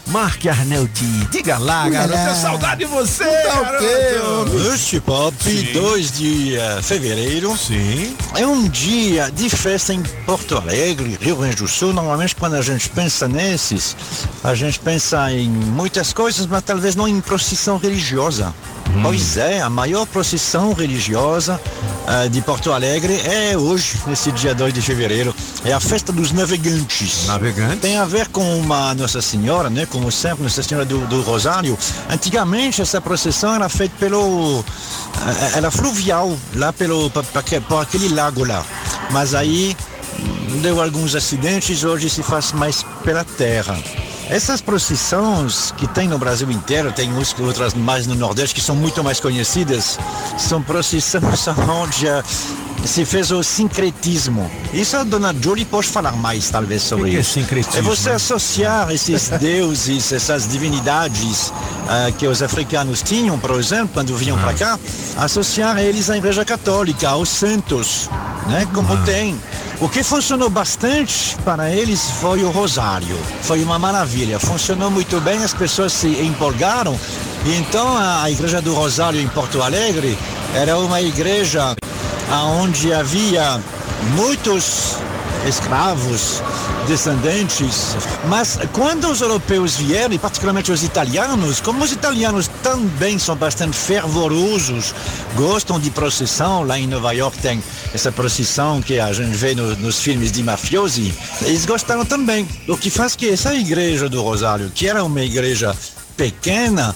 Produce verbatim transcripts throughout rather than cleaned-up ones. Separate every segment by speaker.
Speaker 1: Marc Arnauti, diga lá, garoto, eu tenho saudade de você, garoto.
Speaker 2: Oxe, Pop, dois de uh, fevereiro.
Speaker 1: Sim.
Speaker 2: É um dia de festa em Porto Alegre, Rio Grande do Sul. Normalmente quando a gente pensa nesses, a gente pensa em muitas coisas, mas talvez não em procissão religiosa. Hum. Pois é, a maior procissão religiosa uh, de Porto Alegre é hoje, nesse dia dois de fevereiro. É a festa dos navegantes.
Speaker 1: Navegantes?
Speaker 2: Tem a ver com uma Nossa Senhora, né? Como sempre, Nossa Senhora do, do Rosário. Antigamente essa procissão era feita pelo... Era fluvial, lá pelo, por, por aquele lago lá. Mas aí deu alguns acidentes, hoje se faz mais pela terra. Essas procissões que tem no Brasil inteiro, tem outras mais no Nordeste que são muito mais conhecidas, são procissões onde uh, se fez o sincretismo. Isso a dona Jolie pode falar mais, talvez, sobre
Speaker 1: que
Speaker 2: isso.
Speaker 1: Que é sincretismo?
Speaker 2: É você associar esses deuses, essas divindades uh, que os africanos tinham, por exemplo, quando vinham ah. para cá, associar eles à Igreja Católica, aos santos, né? Como ah. tem. O que funcionou bastante para eles foi o rosário. Foi uma maravilha. Funcionou muito bem, as pessoas se empolgaram. E então a, a Igreja do Rosário em Porto Alegre era uma igreja onde havia muitos escravos, descendentes, mas quando os europeus vieram, e particularmente os italianos, como os italianos também são bastante fervorosos, gostam de procissão, lá em Nova York tem essa procissão que a gente vê no, nos filmes de mafiosi, eles gostaram também, o que faz que essa igreja do Rosário, que era uma igreja pequena,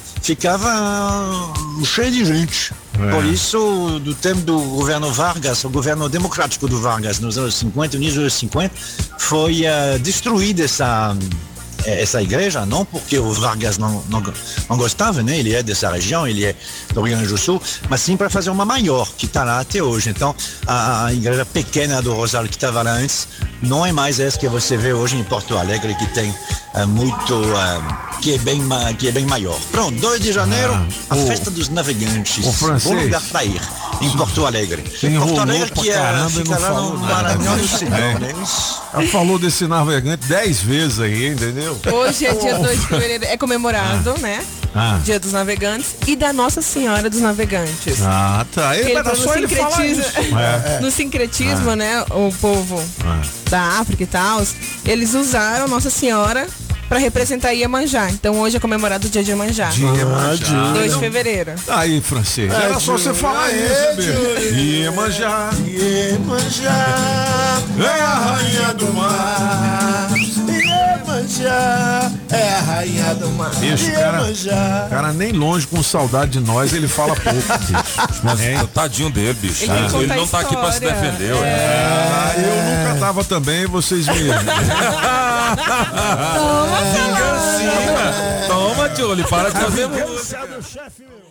Speaker 2: ficava cheia de gente. É. Por isso, do tempo do governo Vargas, o governo democrático do Vargas, nos anos cinquenta, no início dos anos cinquenta, foi uh, destruída essa, essa igreja, não porque o Vargas não, não, não gostava, né? Ele é dessa região, ele é do Rio Grande do Sul, mas sim para fazer uma maior, que está lá até hoje. Então, a, a igreja pequena do Rosário que estava lá antes, não é mais essa que você vê hoje em Porto Alegre, que tem uh, muito... Uh, que é bem, que é bem maior. Pronto, dois de janeiro, ah, a o, festa dos navegantes.
Speaker 1: O francês.
Speaker 2: Bom lugar para ir, em Porto Alegre.
Speaker 1: Tem
Speaker 2: Porto
Speaker 1: Alegre que é, fica lá no Maranhão do Sul. Ela falou desse navegante dez vezes aí, entendeu?
Speaker 3: Hoje é dia dois de fevereiro, é comemorado, ah. né? Ah. Dia dos Navegantes e da Nossa Senhora dos Navegantes.
Speaker 1: Ah, tá. Ele,
Speaker 3: ele,
Speaker 1: só ele fala isso.
Speaker 3: É. No sincretismo, ah. né? O povo ah. da África e tal, eles usaram Nossa Senhora para representar Iemanjá. Então hoje é comemorado o dia de Iemanjá.
Speaker 1: Dia Iemanjá.
Speaker 3: dois de fevereiro.
Speaker 1: Aí, francês. É, era só você falar isso, mesmo. Iemanjá.
Speaker 4: Iemanjá é a rainha do mar. Iemanjá é a rainha do mar.
Speaker 1: Bicho, cara, cara nem longe com saudade de nós, ele fala pouco, bicho.
Speaker 5: Mas é. Tadinho dele, bicho. Ele, ah. ele não tá aqui pra se defender.
Speaker 1: É. É. Eu nunca tava também, vocês mesmos.
Speaker 5: Toma, Vingancinha. Toma, Tchuli, para de fazer.